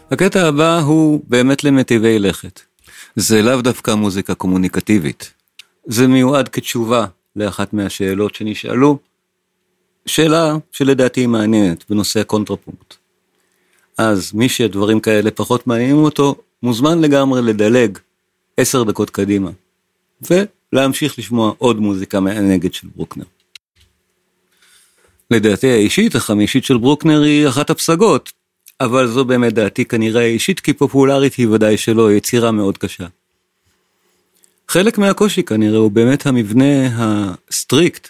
A: הקטע הבא הוא באמת למטיבי לכת. זה לאו דווקא מוזיקה קומוניקטיבית. זה מיועד כתשובה לאחת מהשאלות שנשאלו, שאלה שלדעתי היא מעניינת בנושא הקונטרפונקט. אז מי שדברים כאלה פחות מעניינים אותו, מוזמן לגמרי לדלג 10 דקות קדימה, ולהמשיך לשמוע עוד מוזיקה מהנגד של ברוקנר. לדעתי האישית, החמישית של ברוקנר היא אחת הפסגות, אבל זו באמת דעתי כנראה אישית, כי פופולרית היא ודאי שלא, יצירה מאוד קשה. חלק מהקושי כנראה הוא באמת המבנה הסטריקט,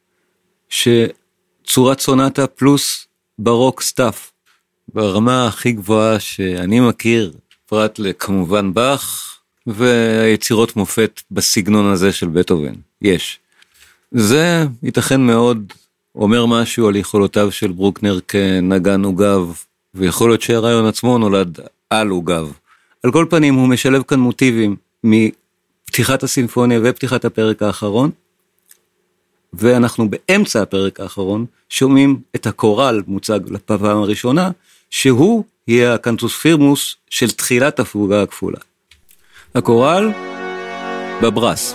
A: שצורת סונטה פלוס ברוק סטאפ, ברמה הכי גבוהה שאני מכיר, פרט לכמובן באך, והיצירות מופת בסגנון הזה של בטהובן, יש. זה ייתכן מאוד אומר משהו על יכולותיו של ברוקנר כנגן עוגב, ויכול להיות שהרעיון עצמו נולד על עוגב. על כל פנים הוא משלב כאן מוטיבים מפתיחת הסימפוניה ופתיחת הפרק האחרון, ואנחנו באמצע הפרק האחרון שומעים את הקורל מוצג לפעם הראשונה, שהוא יהיה הקנטוס פירמוס של תחילת הפוגה הכפולה. הקורל בברס.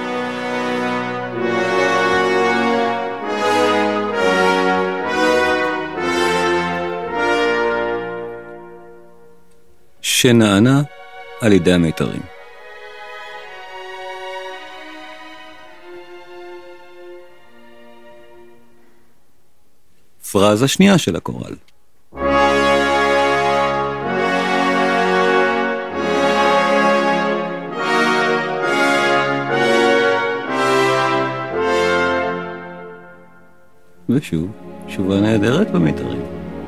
A: שנענה על ידי המיתרים. פרזה שנייה של הקורל. ושוב, תשובה נהדרת במיתרים.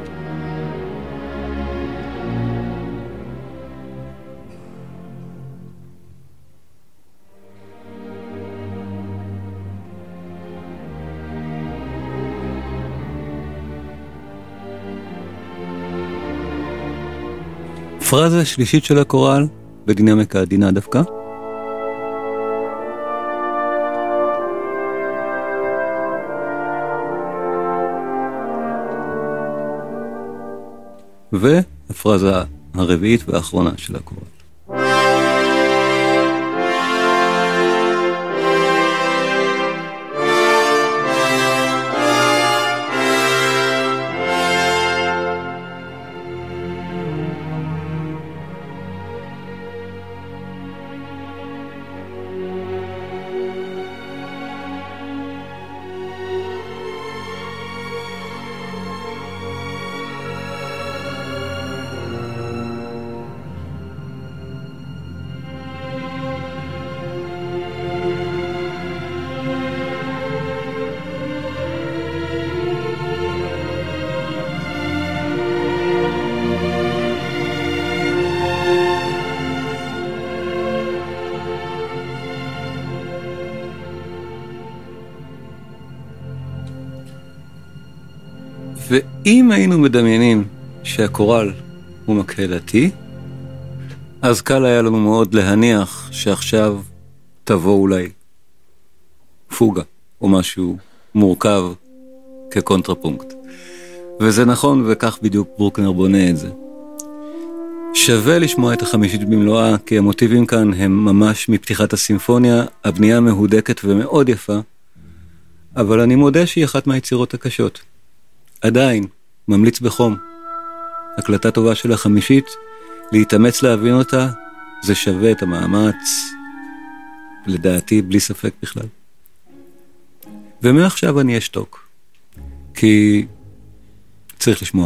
A: פרזה שלישית של הקורל, בדינמיקה עדינה דווקא. והפרזה הרביעית והאחרונה של הקורל. ואם היינו מדמיינים שהקורל הוא מקהלתי, אז קל היה לנו מאוד להניח שעכשיו תבוא אולי פוגה או משהו מורכב כקונטרפונקט. וזה נכון, וכך בדיוק ברוקנר בונה את זה. שווה לשמוע את החמישית במלואה, כי המוטיבים כאן הם ממש מפתיחת הסימפוניה, הבנייה מהודקת ומאוד יפה, אבל אני מודה שהיא אחת מהיצירות הקשות. עדיין, ממליץ בחום. הקלטה טובה של החמישית, להתאמץ להבין אותה, זה שווה את המאמץ, לדעתי בלי ספק בכלל. ומעכשיו אני אשתוק, כי צריך לשמוע.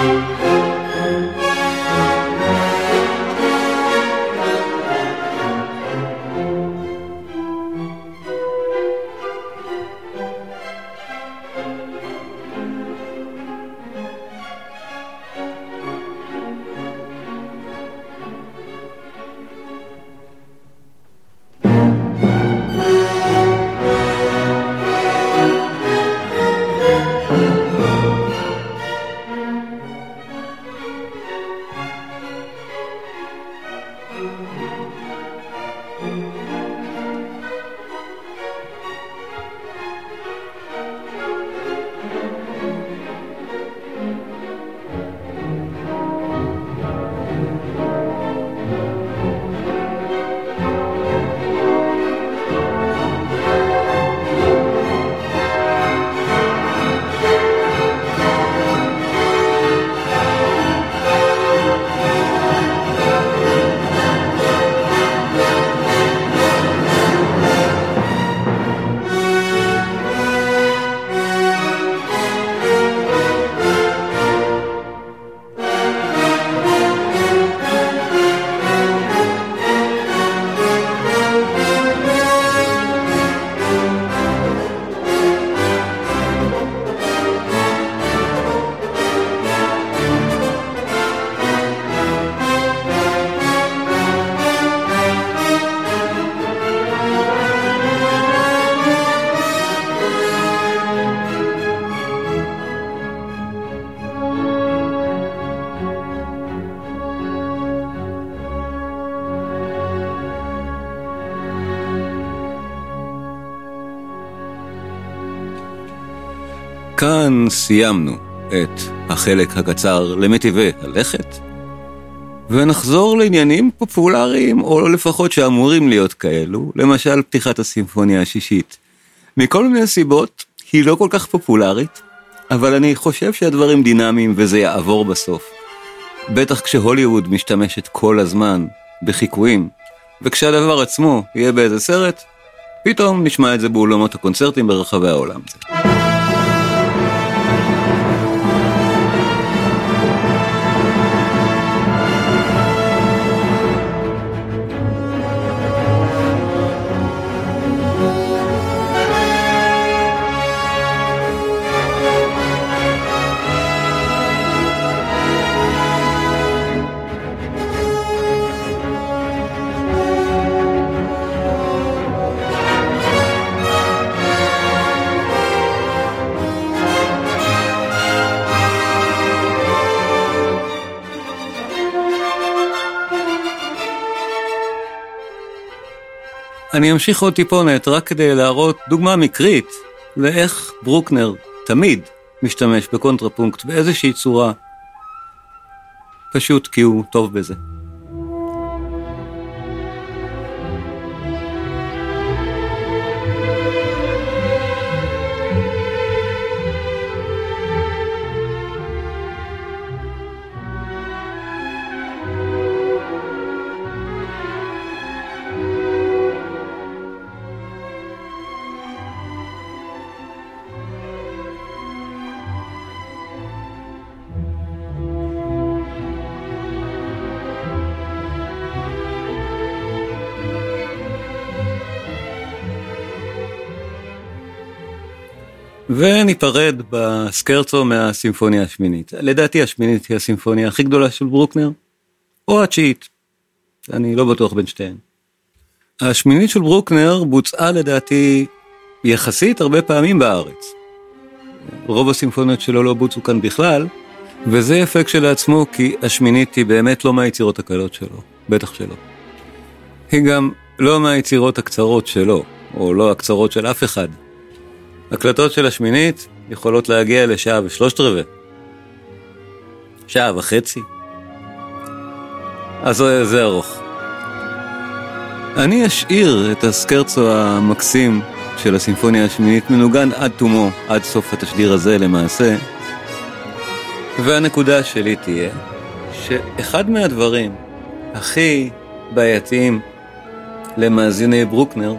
A: כאן סיימנו את החלק הקצר למטיבי הלכת, ונחזור לעניינים פופולריים, או לפחות שאמורים להיות כאלו, למשל פתיחת הסימפוניה השישית. מכל מיני סיבות היא לא כל כך פופולרית, אבל אני חושב שהדברים דינמיים וזה יעבור בסוף. בטח כשהוליווד משתמשת כל הזמן בחיקויים, וכשהדבר עצמו יהיה באיזה סרט, פתאום נשמע את זה באולמות הקונצרטים ברחבי העולם. אני אמשיך עוד טיפונת רק כדי להראות דוגמה מקרית לאיך ברוקנר תמיד משתמש בקונטרפונקט באיזושהי צורה, פשוט כי הוא טוב בזה. וניפרד בסקרצו מהסימפוניה השמינית. לדעתי השמינית היא הסימפוניה הכי גדולה של ברוקנר, או התשיעית. אני לא בטוח בין שתיהן. השמינית של ברוקנר בוצעה לדעתי יחסית הרבה פעמים בארץ. רוב הסימפוניות שלו לא בוצעו כאן בכלל, וזה יפה כשלעצמו כי השמינית היא באמת לא מהיצירות הקלות שלו, בטח שלו. היא גם לא מהיצירות הקצרות שלו, או לא הקצרות של אף אחד. הקלטות של השמינית יכולות להגיע לשעה ו3/4. שעה וחצי. אז זה ארוך. אני אשאיר את הסקרצו המקסים של הסימפוניה השמינית מנוגן עד תומו, עד סוף התשדיר הזה למעשה. והנקודה שלי תהיה שאחד מהדברים הכי בעייתיים למאזיני ברוקנר,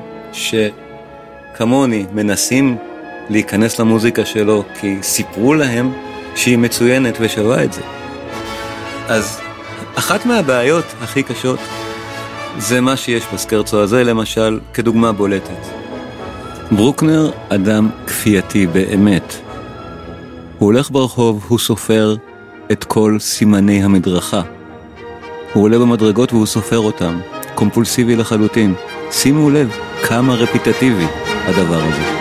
A: שכמוני מנסים להיכנס למוזיקה שלו כי סיפרו להם שהיא מצוינת ושווה את זה. אז אחת מהבעיות הכי קשות זה מה שיש בסקרצו הזה, למשל, כדוגמה בולטת. ברוקנר אדם כפייתי באמת. הוא הולך ברחוב, הוא סופר את כל סימני המדרכה. הוא עולה במדרגות והוא סופר אותם, קומפולסיבי לחלוטין. שימו לב כמה רפיטטיבי הדבר הזה.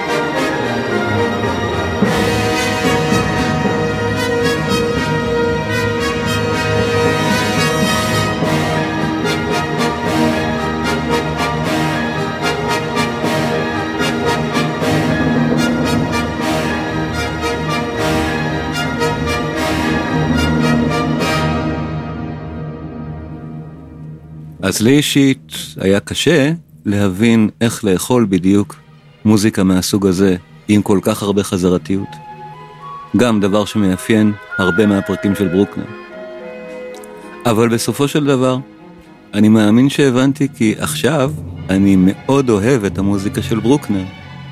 A: אז לי אישית היה קשה להבין איך לאכול בדיוק מוזיקה מהסוג הזה עם כל כך הרבה חזרתיות. גם דבר שמאפיין הרבה מהפרקים של ברוקנר. אבל בסופו של דבר, אני מאמין שהבנתי כי עכשיו אני מאוד אוהב את המוזיקה של ברוקנר.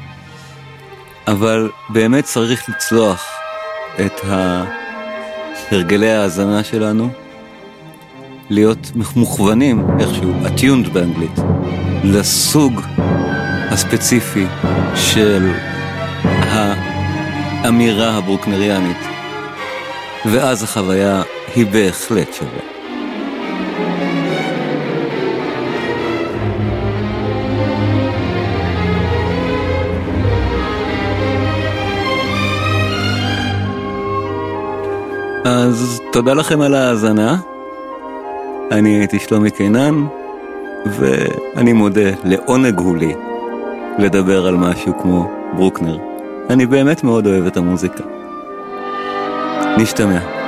A: אבל באמת צריך לצלוח את הרגלי ההאזנה שלנו, להיות מוכוונים איכשהו, attuned באנגלית, לסוג הספציפי של האמירה הברוקנריאנית, ואז החוויה היא בהחלט שווה. אז תודה לכם על ההאזנה. אני הייתי שלומי קינן, ואני מודה, לעונג הוא לי לדבר על משהו כמו ברוקנר. אני באמת מאוד אוהב את המוזיקה. נשתמע.